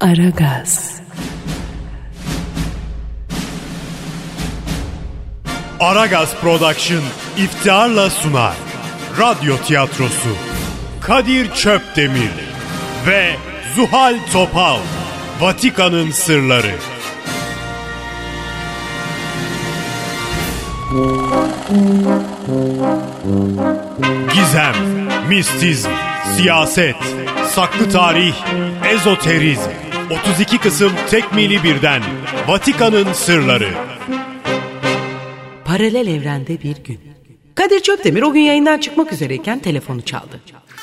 Aragaz. Aragaz Production iftiharla sunar. Radyo tiyatrosu Kadir Çöpdemir ve Zuhal Topal. Vatikan'ın sırları. Gizem, mistizm, siyaset, saklı tarih, ezoterizm. 32 kısım tekmili birden. Vatikan'ın sırları. Paralel evrende bir gün. Kadir Çöpdemir o gün yayından çıkmak üzereyken telefonu çaldı.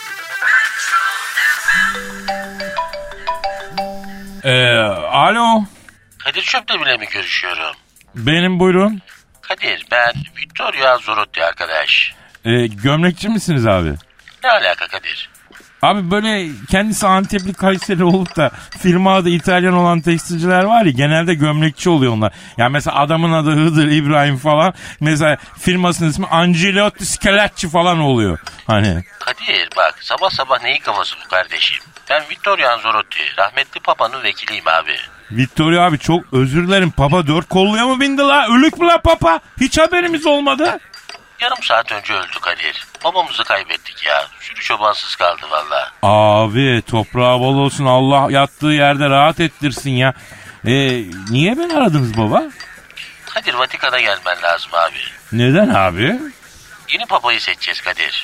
Alo. Kadir Çöpdemir'le mi görüşüyorum? Benim, buyurun. Kadir, ben Vittorio Anzorotti arkadaş. Gömlekçi misiniz abi? Ne alaka Kadir? Abi böyle kendisi Antepli Kayseri olup da firma adı İtalyan olan tekstilciler var ya, genelde gömlekçi oluyor onlar. Yani mesela adamın adı Hıdır İbrahim falan. Mesela firmasının ismi Angelotti Scalacci falan oluyor. Hani. Kadir bak, sabah sabah neyin kafası bu kardeşim? Ben Vittorio Anzorotti, rahmetli Papa'nın vekiliyim abi. Vittorio abi, çok özür dilerim. Papa 4 kolluya mı bindi la? Ölük mü la Papa? Hiç haberimiz olmadı. Yarım saat önce öldü Kadir. Babamızı kaybettik ya. Sürü çobansız kaldı valla. Abi toprağı bol olsun, Allah yattığı yerde rahat ettirsin ya. Niye beni aradınız baba? Kadir, Vatikan'a gelmen lazım abi. Neden abi? Yeni papayı seçeceğiz Kadir.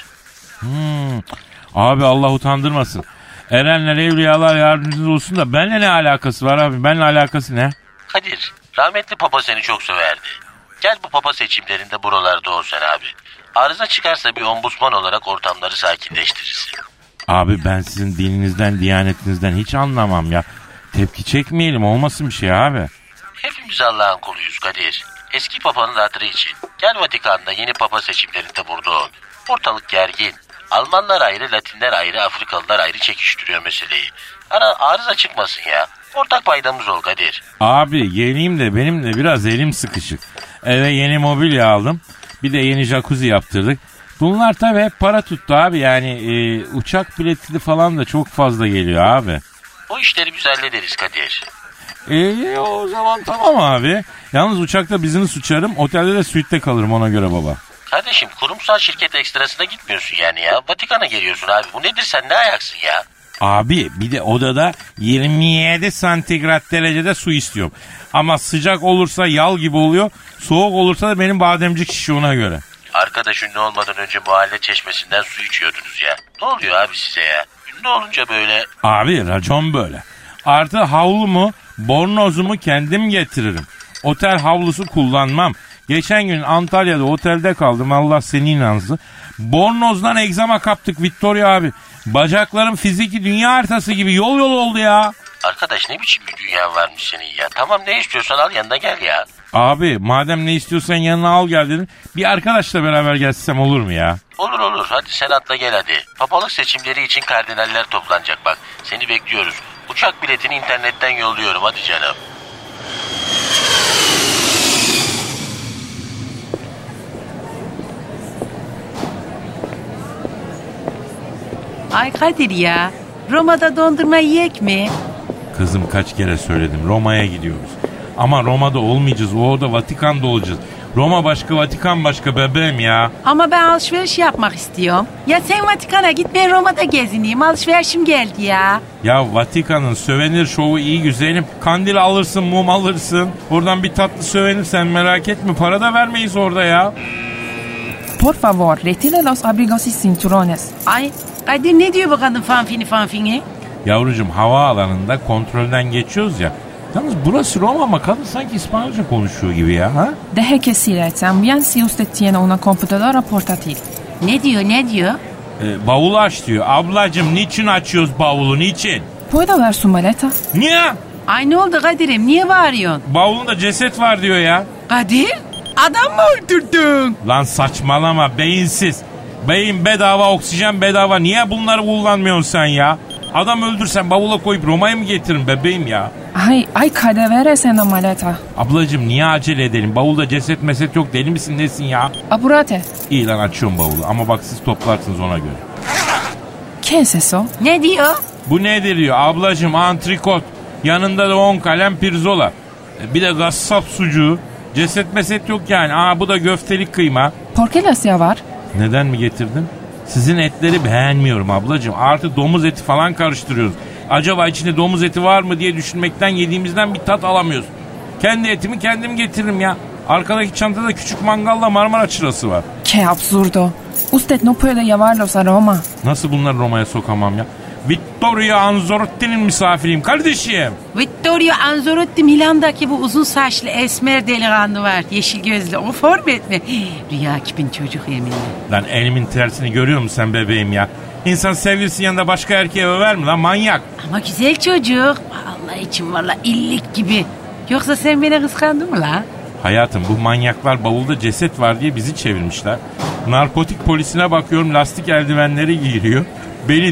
Abi Allah utandırmasın. Erenler, evliyalar yardımcınız olsun da benimle ne alakası var abi? Benimle alakası ne? Kadir, rahmetli Papa seni çok severdi. Gel bu papa seçimlerinde buralarda ol sen abi. Arıza çıkarsa bir ombudsman olarak ortamları sakinleştirirsin. Abi ben sizin dininizden, diyanetinizden hiç anlamam ya. Tepki çekmeyelim, olmasın bir şey abi. Hepimiz Allah'ın kuluyuz Kadir. Eski papanın hatırı için. Gel Vatikan'da yeni papa seçimlerinde burada ol. Ortalık gergin. Almanlar ayrı, Latinler ayrı, Afrikalılar ayrı çekiştiriyor meseleyi. Arıza çıkmasın ya. Ortak paydamız ol Kadir. Abi geleyim de benim de biraz elim sıkışık. Eve yeni mobilya aldım. Bir de yeni jacuzzi yaptırdık. Bunlar tabii hep para tuttu abi. Yani uçak bileti falan da çok fazla geliyor abi. O işleri biz hallederiz Kadir. O zaman tamam abi. Yalnız uçakta business uçarım. Otelde de suite'te kalırım, ona göre baba. Kardeşim, kurumsal şirket ekstrasına gitmiyorsun yani ya. Vatikan'a geliyorsun abi. Bu nedir, sen ne ayaksın ya? Abi bir de odada 27 santigrat derecede su istiyorum. Ama sıcak olursa yal gibi oluyor. Soğuk olursa da benim bademcik şişiyor, ona göre. Arkadaş, ünlü olmadan önce mahalle çeşmesinden su içiyordunuz ya. Ne oluyor abi size ya? Ünlü olunca böyle... Abi racon böyle. Artı havlumu, bornozumu kendim getiririm. Otel havlusu kullanmam. Geçen gün Antalya'da otelde kaldım, Allah seni inansın. Bornozdan egzama kaptık Vittorio abi. Bacaklarım fiziki dünya haritası gibi yol oldu ya. Arkadaş, ne biçim bir dünya varmış senin ya. Tamam, ne istiyorsan al, yanına gel ya. Abi madem ne istiyorsan yanına al gel dedin. Bir arkadaşla beraber gelsem olur mu ya? Olur, hadi sen atla gel hadi. Papalık seçimleri için kardinaller toplanacak bak. Seni bekliyoruz. Uçak biletini internetten yolluyorum, hadi canım. Ay Kadir ya, Roma'da dondurma yiyek mi? Kızım kaç kere söyledim, Roma'ya gidiyoruz. Ama Roma'da olmayacağız, orada Vatikan'da olacağız. Roma başka, Vatikan başka bebeğim ya. Ama ben alışveriş yapmak istiyorum. Ya sen Vatikan'a git, ben Roma'da gezineyim, alışverişim geldi ya. Ya Vatikan'ın sövenir şovu iyi güzelim. Kandil alırsın, mum alırsın. Oradan bir tatlı sövenir, sen merak etme, para da vermeyiz orada ya. Por favor, retire los abrigos y cinturones. Ay Kadir, ne diyor bu kadın fanfini? Yavrucuğum, havaalanında kontrolden geçiyoruz ya. Yalnız burası Roma ama kadın sanki İspanyolca konuşuyor gibi ya. Ha? Deje que sí, también si usted tiene una computadora portátil. Ne diyor? Bavulu aç diyor. Ablacığım niçin açıyoruz bavulu, niçin? ¿Puedo ver su maleta? Niye? Ay ne oldu Kadir'im, niye bağırıyorsun? Bavulunda ceset var diyor ya. Kadir, adam mı öldürdün? Lan saçmalama beyinsiz. Beyin bedava, oksijen bedava. Niye bunları kullanmıyorsun sen ya? Adam öldürsen bavula koyup Roma'ya mı getirin bebeğim ya? Ay cadáveres en la maleta. Ablacığım niye acele edelim? Bavulda ceset meset yok, deli misin nesin ya? Apurate. İyi lan, açıyorum bavulu ama bak siz toplarsınız ona göre. ¿Qué es eso? Ne diyor? Bu nedir diyor ablacığım, antrikot. Yanında da 10 kalem pirzola. Bir de gassap sucuğu. Ceset meset yok yani. Bu da göftelik kıyma. ¿Por qué las llevar? Neden mi getirdin? Sizin etleri beğenmiyorum ablacığım. Artık domuz eti falan karıştırıyoruz. Acaba içinde domuz eti var mı diye düşünmekten yediğimizden bir tat alamıyoruz. Kendi etimi kendim getiririm ya. Arkadaki çantada küçük mangalla Marmara çırası var. ¡Qué absurdo! Usted no puede llevarlos a Roma. Nasıl bunları Roma'ya sokamam ya? Vittorio Anzorotti'nin misafiriyim kardeşim. Vittorio Anzorotti Milan'daki bu uzun saçlı esmer delikanlı var. Yeşil gözlü. O forvet mi? Rüya kipin çocuk yeminle. Lan elimin tersini görüyor musun sen bebeğim ya? İnsan sevgilisinin yanında başka erkeğe över mi lan manyak? Ama güzel çocuk. Allah için valla illik gibi. Yoksa sen beni kıskandın mı la? Hayatım bu manyaklar bavulda ceset var diye bizi çevirmişler. Narkotik polisine bakıyorum lastik eldivenleri giyiliyor. Beni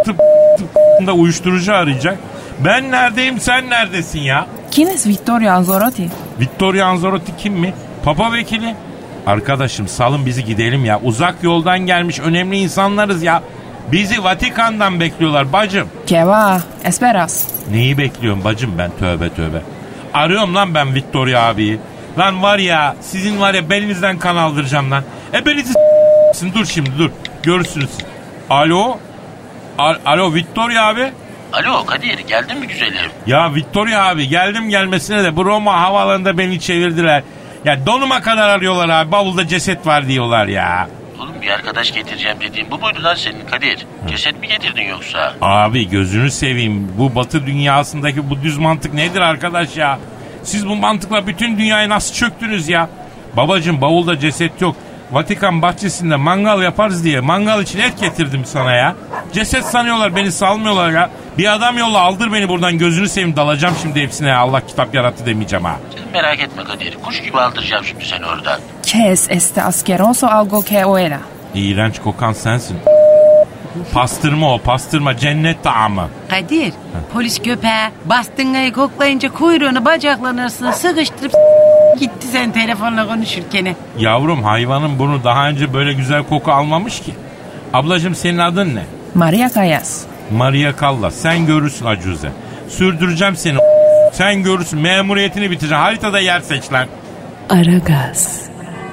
da uyuşturucu arayacak. Ben neredeyim sen neredesin ya? ¿Quién es Vittorio Anzorotti? Vittorio Anzorotti kim mi? Papa vekili. Arkadaşım salın bizi gidelim ya. Uzak yoldan gelmiş önemli insanlarız ya. Bizi Vatikan'dan bekliyorlar bacım. ¿Qué va? Esperas. Neyi bekliyorum bacım ben tövbe tövbe. Arıyorum lan ben Vittorio abiyi. Lan var ya sizin var ya belinizden kan aldıracağım lan. Belinizi dur şimdi dur. Görürsünüz. Alo? Alo Vittorio abi? Alo Kadir, geldin mi güzelim? Ya Vittorio abi geldim gelmesine de bu Roma havaalanında beni çevirdiler. Ya donuma kadar arıyorlar abi, bavulda ceset var diyorlar ya. Oğlum bir arkadaş getireceğim dediğin bu muydu lan senin Kadir? Ceset mi getirdin yoksa? Abi gözünü seveyim, bu batı dünyasındaki bu düz mantık nedir arkadaş ya? Siz bu mantıkla bütün dünyayı nasıl çöktünüz ya? Babacığım bavulda ceset yok. Vatikan bahçesinde mangal yaparız diye mangal için et getirdim sana ya. Ceset sanıyorlar, beni salmıyorlar ya. Bir adam yolla, aldır beni buradan, gözünü seveyim, dalacağım şimdi hepsine ya. Allah kitap yarattı demeyeceğim ha. Sen merak etme Kadir, kuş gibi aldıracağım şimdi seni oradan. ¿Qué es este asqueroso algo que huela? İğrenç kokan sensin. Pastırma o, pastırma, cennet taamı. Kadir, polis köpeği bastırmayı koklayınca kuyruğunu bacaklarının arasına sıkıştırıp gitti sen telefonla konuşurken. Yavrum hayvanın burnu daha önce böyle güzel koku almamış ki. Ablacığım senin adın ne? María Callas. Maria Callas. Sen görürsün acuze. Sürdüreceğim seni. Sen görürsün, memuriyetini bitireceğim. Haritada yer seç lan. Aragaz.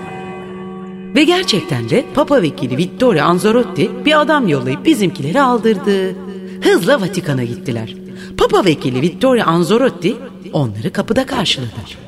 Ve gerçekten de Papa vekili Vittorio Anzorotti bir adam yollayıp bizimkileri aldırdı. Hızla Vatikan'a gittiler. Papa vekili Vittorio Anzorotti onları kapıda karşıladı.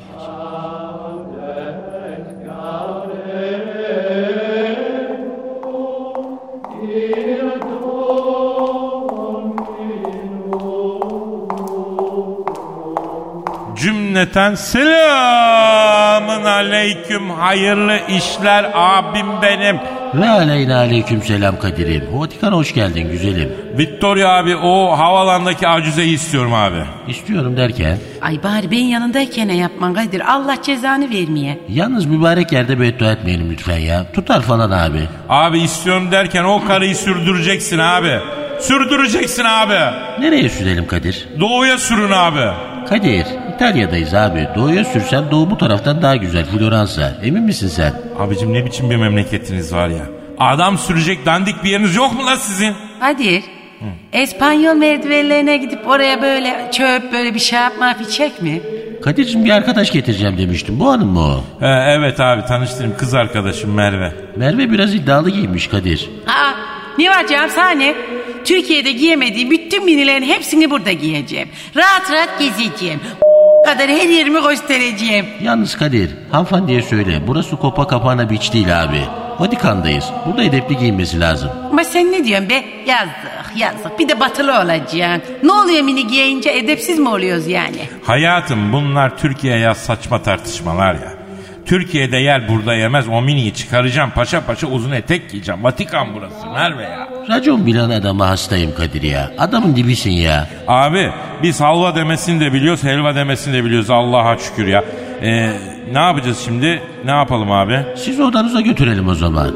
Cümleten selamın aleyküm, hayırlı işler abim benim. Ve aleyna aleyküm selam Kadir'im. Vatikan'a hoş geldin güzelim. Vittorio abi, o havalandaki acuzeyi istiyorum abi. İstiyorum derken? Ay bari ben yanındayken ne yapman Kadir, Allah cezanı vermeye. Yalnız mübarek yerde beddua etmeyelim lütfen ya. Tutar falan abi. Abi istiyorum derken o karıyı sürdüreceksin abi. Sürdüreceksin abi. Nereye sürelim Kadir? Doğuya sürün abi. Kadir, İtalya'dayız abi. Doğuya sürsem doğu bu taraftan daha güzel. Floransa. Emin misin sen? Abicim ne biçim bir memleketiniz var ya. Adam sürecek dandik bir yeriniz yok mu lan sizin? Kadir, İspanyol merdivenlerine gidip oraya böyle çöp böyle bir şey yapmak içecek mi? Kadir'cim bir arkadaş getireceğim demiştim. Bu hanım mı o? Evet abi, tanıştırayım, kız arkadaşım Merve. Merve biraz iddialı giymiş Kadir. Ne var canım sahne? Türkiye'de giyemediğim bütün minilerin hepsini burada giyeceğim. Rahat rahat gezeceğim. Kadar her yerimi göstereceğim. Yalnız Kadir, hanımefendiye söyle. Burası Copacabana Beach değil abi. Vatikan'dayız. Burada edepli giyinmesi lazım. Ama sen ne diyorsun be? Yazık. Bir de batılı olacaksın. Ne oluyor mini giyince, edepsiz mi oluyoruz yani? Hayatım bunlar Türkiye'ye yaz saçma tartışmalar ya. Türkiye'de yer burada yemez, o miniyi çıkaracağım, paşa paşa uzun etek giyeceğim. Vatikan burası Merve ya. Racon bilen adama hastayım Kadir ya. Adamın dibisin ya. Abi biz halva demesini de biliyoruz, helva demesini de biliyoruz, Allah'a şükür ya. Ne yapacağız şimdi? Ne yapalım abi? Siz odanıza götürelim o zaman.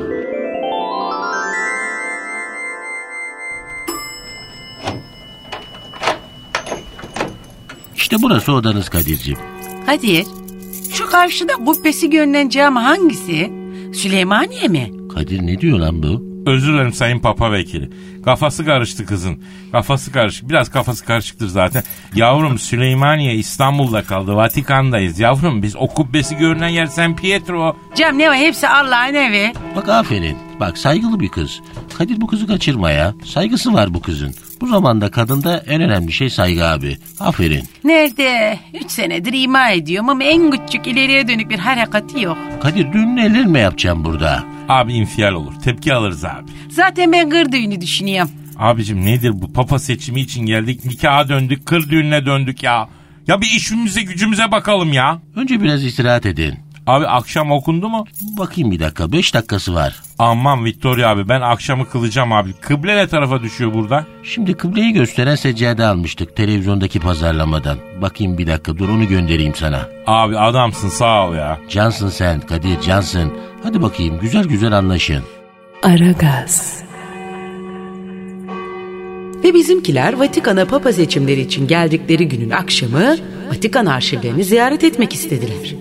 İşte burası odanız Kadir'ciğim. Kadir, şu karşıda kubbesi görünen cami hangisi? Süleymaniye mi? Kadir ne diyor lan bu? Özür dilerim sayın papa vekili. Kafası karıştı kızın. Kafası karışık. Biraz kafası karışıktır zaten. Yavrum Süleymaniye İstanbul'da kaldı. Vatikan'dayız. Yavrum biz o kubbesi görünen yer San Pietro. Cem ne var, hepsi Allah'ın evi. Bak aferin. Bak saygılı bir kız. Kadir bu kızı kaçırma ya. Saygısı var bu kızın. Bu zamanda kadında en önemli şey saygı abi. Aferin. Nerede? 3 senedir ima ediyorum ama en küçük ileriye dönük bir harekati yok. Kadir düğün neler mi yapacağım burada? Abi infial olur. Tepki alırız abi. Zaten ben kır düğünü düşünüyorum. Abicim nedir bu? Papa seçimi için geldik. Nikaha döndük. Kır düğününe döndük ya. Ya bir işimize gücümüze bakalım ya. Önce biraz istirahat edin. Abi akşam okundu mu? Bakayım bir dakika, 5 dakikası var. Aman Victoria abi, ben akşamı kılacağım abi. Kıble ne tarafa düşüyor burada? Şimdi kıbleyi gösteren seccade almıştık televizyondaki pazarlamadan. Bakayım bir dakika, dur onu göndereyim sana. Abi adamsın, sağ ol ya. Cansın sen Kadir, cansın. Hadi bakayım, güzel güzel anlaşın. Aragaz. Ve bizimkiler Vatikan'a papa seçimleri için geldikleri günün akşamı Vatikan arşivlerini ziyaret etmek istediler.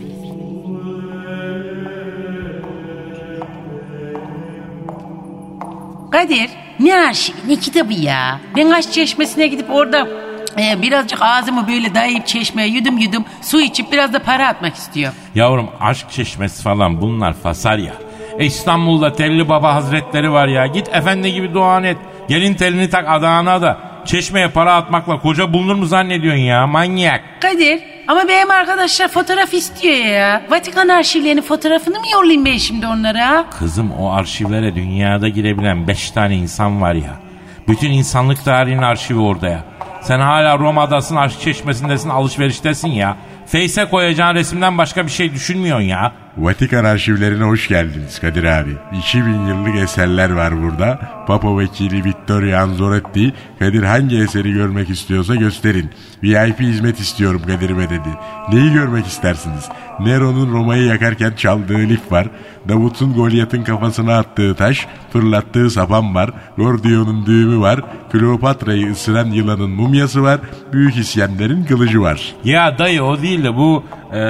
Kadir, ne arşivi, ne kitabı ya? Ben Aşk Çeşmesi'ne gidip orada birazcık ağzımı böyle dayayıp çeşmeye yudum yudum su içip biraz da para atmak istiyorum. Yavrum Aşk Çeşmesi falan bunlar fasarya. İstanbul'da Telli Baba Hazretleri var ya. Git efendi gibi duan et. Gelin telini tak adağına da. Çeşmeye para atmakla koca bulunur mu zannediyorsun ya? Manyak. Kadir, ama benim arkadaşlar fotoğraf istiyor ya. Vatikan arşivlerinin fotoğrafını mı yollayayım ben şimdi onlara? Kızım o arşivlere dünyada girebilen 5 tane insan var ya. Bütün insanlık tarihinin arşivi orada ya. Sen hala Roma'dasın, Aşk Çeşmesi'ndesin, alışveriştesin ya. Face'e koyacağın resimden başka bir şey düşünmüyorsun ya. Vatikan arşivlerine hoş geldiniz Kadir abi. 2000 yıllık eserler var burada. Papa vekili Vittorio Anzoretti, Kadir hangi eseri görmek istiyorsa gösterin. VIP hizmet istiyorum Kadir'ime dedi. Neyi görmek istersiniz? Nero'nun Roma'yı yakarken çaldığı lif var. Davut'un Golyat'ın kafasına attığı taş, fırlattığı sapan var. Gordion'un düğümü var. Kleopatra'yı ısıran yılanın mumyası var. Büyük İskender'in kılıcı var. Ya dayı o değil de bu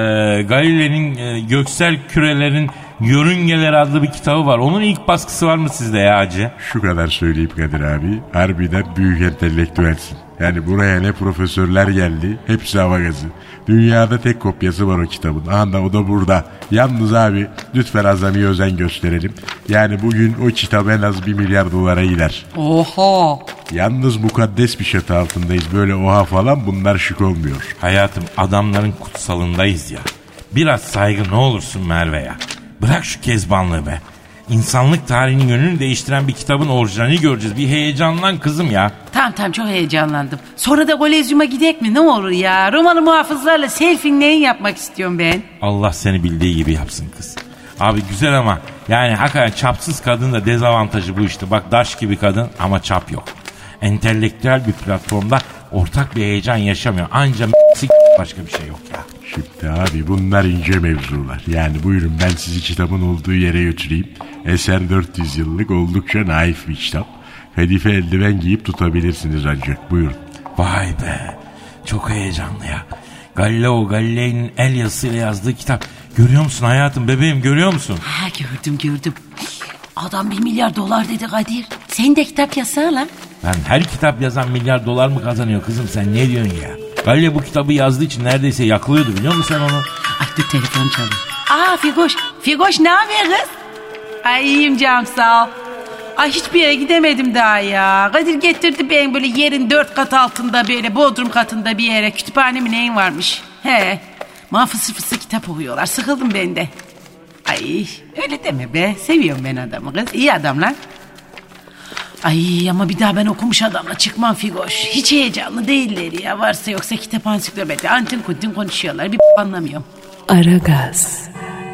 Galile'nin göksel kürelerin yörüngeleri adlı bir kitabı var. Onun ilk baskısı var mı sizde ya hacı? Şu kadar söyleyeyim Kadir abi. Harbiden büyük entelektüelsin. Yani buraya ne profesörler geldi, hepsi hava gazı. Dünyada tek kopyası var o kitabın. Aha o da burada. Yalnız abi lütfen azami özen gösterelim. Yani bugün o kitap en az $1 milyar gider. Oha. Yalnız mukaddes bir çatı altındayız. Böyle oha falan bunlar şık olmuyor. Hayatım adamların kutsalındayız ya. Biraz saygı ne olursun Merve ya. Bırak şu kezbanlığı be. İnsanlık tarihinin yönünü değiştiren bir kitabın orijinalini göreceğiz. Bir heyecanlan kızım ya. Tamam çok heyecanlandım. Sonra da Kolezyum'a gidek mi? Ne olur ya. Romalı muhafızlarla selfie yapmak istiyorum ben. Allah seni bildiği gibi yapsın kız. Abi güzel ama yani hakikaten çapsız kadın da dezavantajı bu işte. Bak daş gibi kadın ama çap yok. Entelektüel bir platformda ortak bir heyecan yaşamıyor. Anca başka bir şey yok ya. Şimdi abi bunlar ince mevzular. Yani buyurun ben sizi kitabın olduğu yere götüreyim. Eser 400 yıllık oldukça naif bir kitap. Kadife eldiven giyip tutabilirsiniz ancak. Buyurun. Vay be. Çok heyecanlı ya. Galileo Galilei'nin el yazısıyla yazdığı kitap. Görüyor musun hayatım, bebeğim, görüyor musun? Ha gördüm. Adam $1 milyar dedi Kadir. Sen de kitap yazsana lan. Lan her kitap yazan $1 milyar mı kazanıyor kızım, sen ne diyorsun ya? Galileo bu kitabı yazdığı için neredeyse yakılıyordu, biliyor musun sen onu? Ay dur telefon çalıyor. Figoş. Figoş ne haber kız? Ay iyiyim canım sağ ol. Ay hiçbir yere gidemedim daha ya. Kadir getirdi ben böyle yerin 4 kat altında böyle bodrum katında bir yere. Kütüphane mi neyin varmış? He. Fısır fısır kitap okuyorlar. Sıkıldım ben de. Ay öyle deme be. Seviyorum ben adamı kız. İyi adam lan. Ay ama bir daha ben okumuş adamla çıkmam Figoş. Hiç heyecanlı değilleri ya. Varsa yoksa kitap ansiklopedi. Antin kuntin konuşuyorlar. Bir anlamıyorum. Aragaz.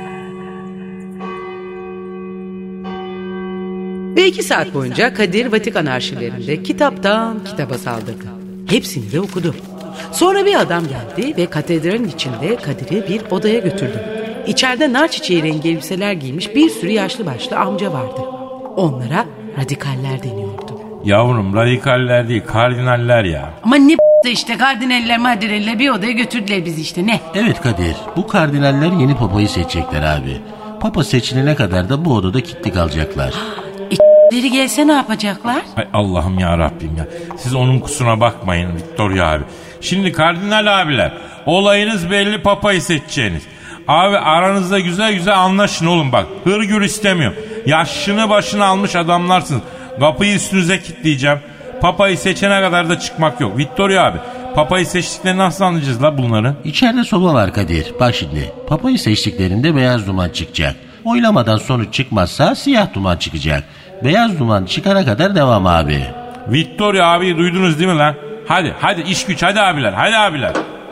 Ve 2 saat boyunca Kadir Vatikan arşivlerinde kitaptan kitaba saldırdı. Hepsini de okudu. Sonra bir adam geldi ve katedralin içinde Kadir'i bir odaya götürdü. İçeride nar çiçeği rengi elbiseler giymiş bir sürü yaşlı başlı amca vardı. Onlara radikaller deniyordu. Yavrum radikaller değil, kardinaller ya. Ama ne işte kardinaller madrileller bir odaya götürdüler bizi işte ne? Evet Kadir, bu kardinaller yeni papayı seçecekler abi. Papa seçilene kadar da bu odada kilitli kalacaklar. etleri gelse ne yapacaklar? Ay Allah'ım ya Rabbim ya. Siz onun kusuruna bakmayın Victoria abi. Şimdi kardinal abiler, olayınız belli, papayı seçeceğiniz. Abi aranızda güzel güzel anlaşın oğlum bak. Hırgür istemiyorum. Yaşını başını almış adamlarsınız. Kapıyı üstünüze kilitleyeceğim. Papayı seçene kadar da çıkmak yok. Victoria abi, papayı seçtiklerini nasıl anlayacağız la bunları? İçeride soba var Kadir. Bak şimdi, papayı seçtiklerinde beyaz duman çıkacak. Oylamadan sonuç çıkmazsa siyah duman çıkacak. Beyaz duman çıkana kadar devam abi. Victoria abi duydunuz değil mi lan? Hadi iş güç, hadi abiler.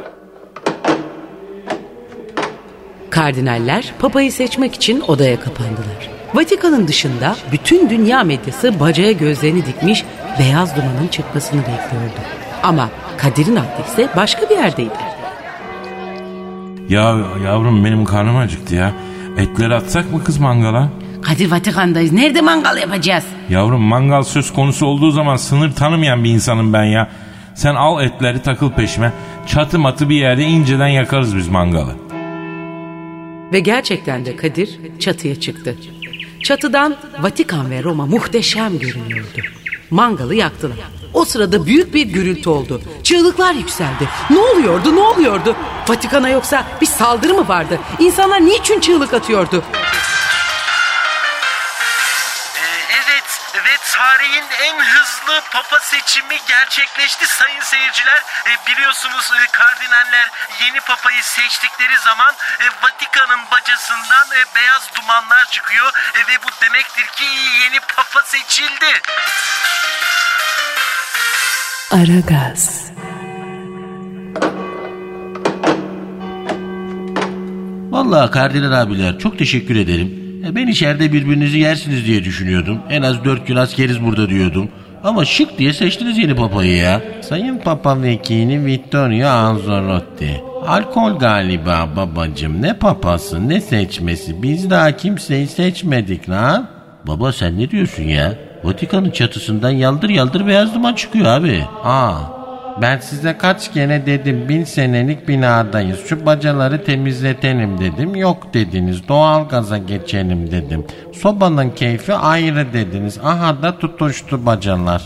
Kardinaller papayı seçmek için odaya kapandılar. Vatikan'ın dışında bütün dünya medyası bacaya gözlerini dikmiş, beyaz dumanın çıkmasını bekliyordu. Ama Kadir'in aklı ise başka bir yerdeydi. Ya yavrum benim karnım acıktı ya. Etleri atsak mı kız mangala? Kadir, Vatikan'dayız. Nerede mangal yapacağız? Yavrum mangal söz konusu olduğu zaman sınır tanımayan bir insanım ben ya. Sen al etleri, takıl peşime. Çatı matı bir yerde inceden yakarız biz mangalı. Ve gerçekten de Kadir çatıya çıktı. Çatıdan Vatikan ve Roma muhteşem görünüyordu. Mangalı yaktılar. O sırada büyük bir gürültü oldu. Çığlıklar yükseldi. Ne oluyordu? Vatikan'a yoksa bir saldırı mı vardı? İnsanlar niçin çığlık atıyordu? Ve tarihin en hızlı papa seçimi gerçekleşti sayın seyirciler. Biliyorsunuz kardinaller yeni papayı seçtikleri zaman Vatikan'ın bacasından beyaz dumanlar çıkıyor. Ve bu demektir ki yeni papa seçildi. Aragaz. Vallahi kardinal abiler çok teşekkür ederim. Ben içeride birbirinizi yersiniz diye düşünüyordum. En az 4 gün askeriz burada diyordum. Ama şık diye seçtiniz yeni papayı ya. Sayın Papa Vekili Vittorio Anzorotti. Alkol galiba babacığım. Ne papası ne seçmesi. Biz daha kimseyi seçmedik lan. Baba sen ne diyorsun ya? Vatikan'ın çatısından yaldır yaldır beyaz duman çıkıyor abi. Ben size kaç kere dedim 1000 senelik binadayız. Şu bacaları temizletelim dedim. Yok dediniz. Doğal gaza geçelim dedim. Sobanın keyfi ayrı dediniz. Aha da tutuştu bacalar.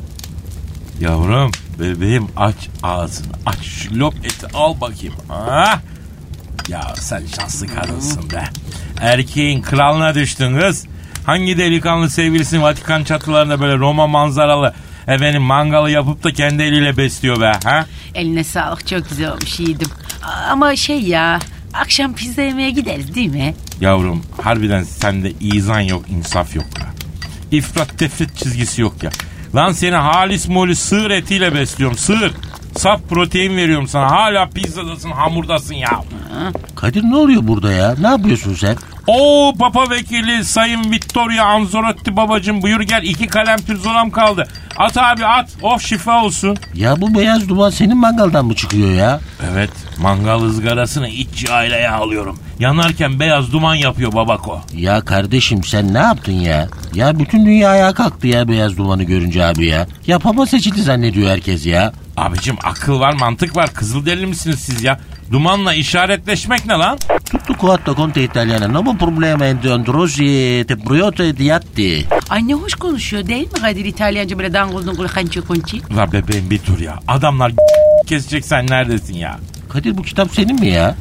Yavrum bebeğim aç ağzını. Aç şu lop eti al bakayım. Ha? Ya sen şanslı kadınsın be. Erkeğin kralına düştün kız. Hangi delikanlı sevgilisini Vatikan çatılarında böyle Roma manzaralı mangalı yapıp da kendi eliyle besliyor be ha? Eline sağlık, çok güzel olmuş, yedim. Ama akşam pizza yemeye gideriz değil mi? Yavrum harbiden sende izan yok, insaf yok ya. İfrat tefrit çizgisi yok ya. Lan seni halis molis sığır etiyle besliyorum, sığır. Saf protein veriyorum sana, hala pizzadasın, hamurdasın ya. Kadir ne oluyor burada ya? Ne yapıyorsun sen? Oo Papa Vekili Sayın Vittorio Anzorotti babacığım, buyur gel, 2 kalem pirzolam kaldı. At abi at, oh şifa olsun. Ya bu beyaz duman senin mangaldan mı çıkıyor ya? Evet, mangal ızgarasını iç yağıyla yağlıyorum. Yanarken beyaz duman yapıyor babako. Ya kardeşim sen ne yaptın ya? Ya bütün dünya ayağa kalktı ya beyaz dumanı görünce abi ya. Ya papa seçildi zannediyor herkes ya. Abicim akıl var, mantık var, kızılderili misiniz siz ya? Dumanla işaretleşmek ne lan? Tutto quattro conte italiana, no problema endrosi te briote diatti. Ay ne hoş konuşuyor değil mi Kadir, İtalyanca böyle dangul dungul hanço konçi. La bebeğim bir dur ya. Adamlar kesecek, sen neredesin ya? Kadir bu kitap senin mi ya?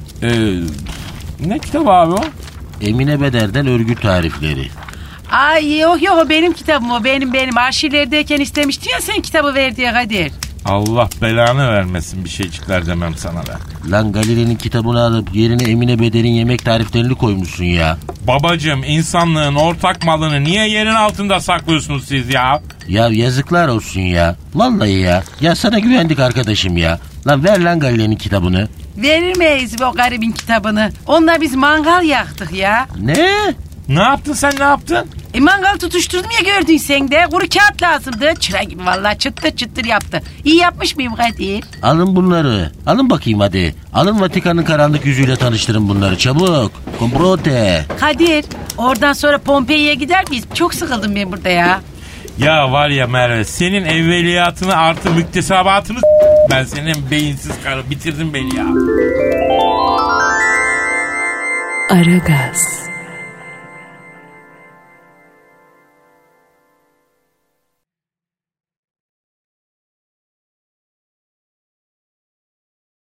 Ne kitabı abi o? Emine Beder'den örgü tarifleri. Ay yok benim kitabım o, benim. Arşivlerdeyken istemiştin ya sen kitabı ver diye Kadir. Allah belanı vermesin, bir şeycikler demem sana ben. Lan Galeri'nin kitabını alıp yerine Emine Beder'in yemek tariflerini koymuşsun ya. Babacığım insanlığın ortak malını niye yerin altında saklıyorsunuz siz ya? Ya yazıklar olsun ya. Vallahi ya. Ya sana güvendik arkadaşım ya. Lan ver lan Galeri'nin kitabını. Verir miyiz o garibin kitabını? Onunla biz mangal yaktık ya. Ne? Ne yaptın sen, ne yaptın? Mangal tutuşturdum ya, gördün sen de. Kuru kağıt lazımdı. Çıra gibi vallahi, çıtır yaptı. İyi yapmış mıyım Kadir? Alın bunları. Alın bakayım hadi. Alın Vatikan'ın karanlık yüzüyle tanıştırın bunları çabuk. Comprote. Kadir, oradan sonra Pompei'ye gider miyiz? Çok sıkıldım ben burada ya. Ya var ya Merve, senin evveliyatını artı müktesebatını ben senin beyinsiz karı, bitirdin beni ya. Aragaz.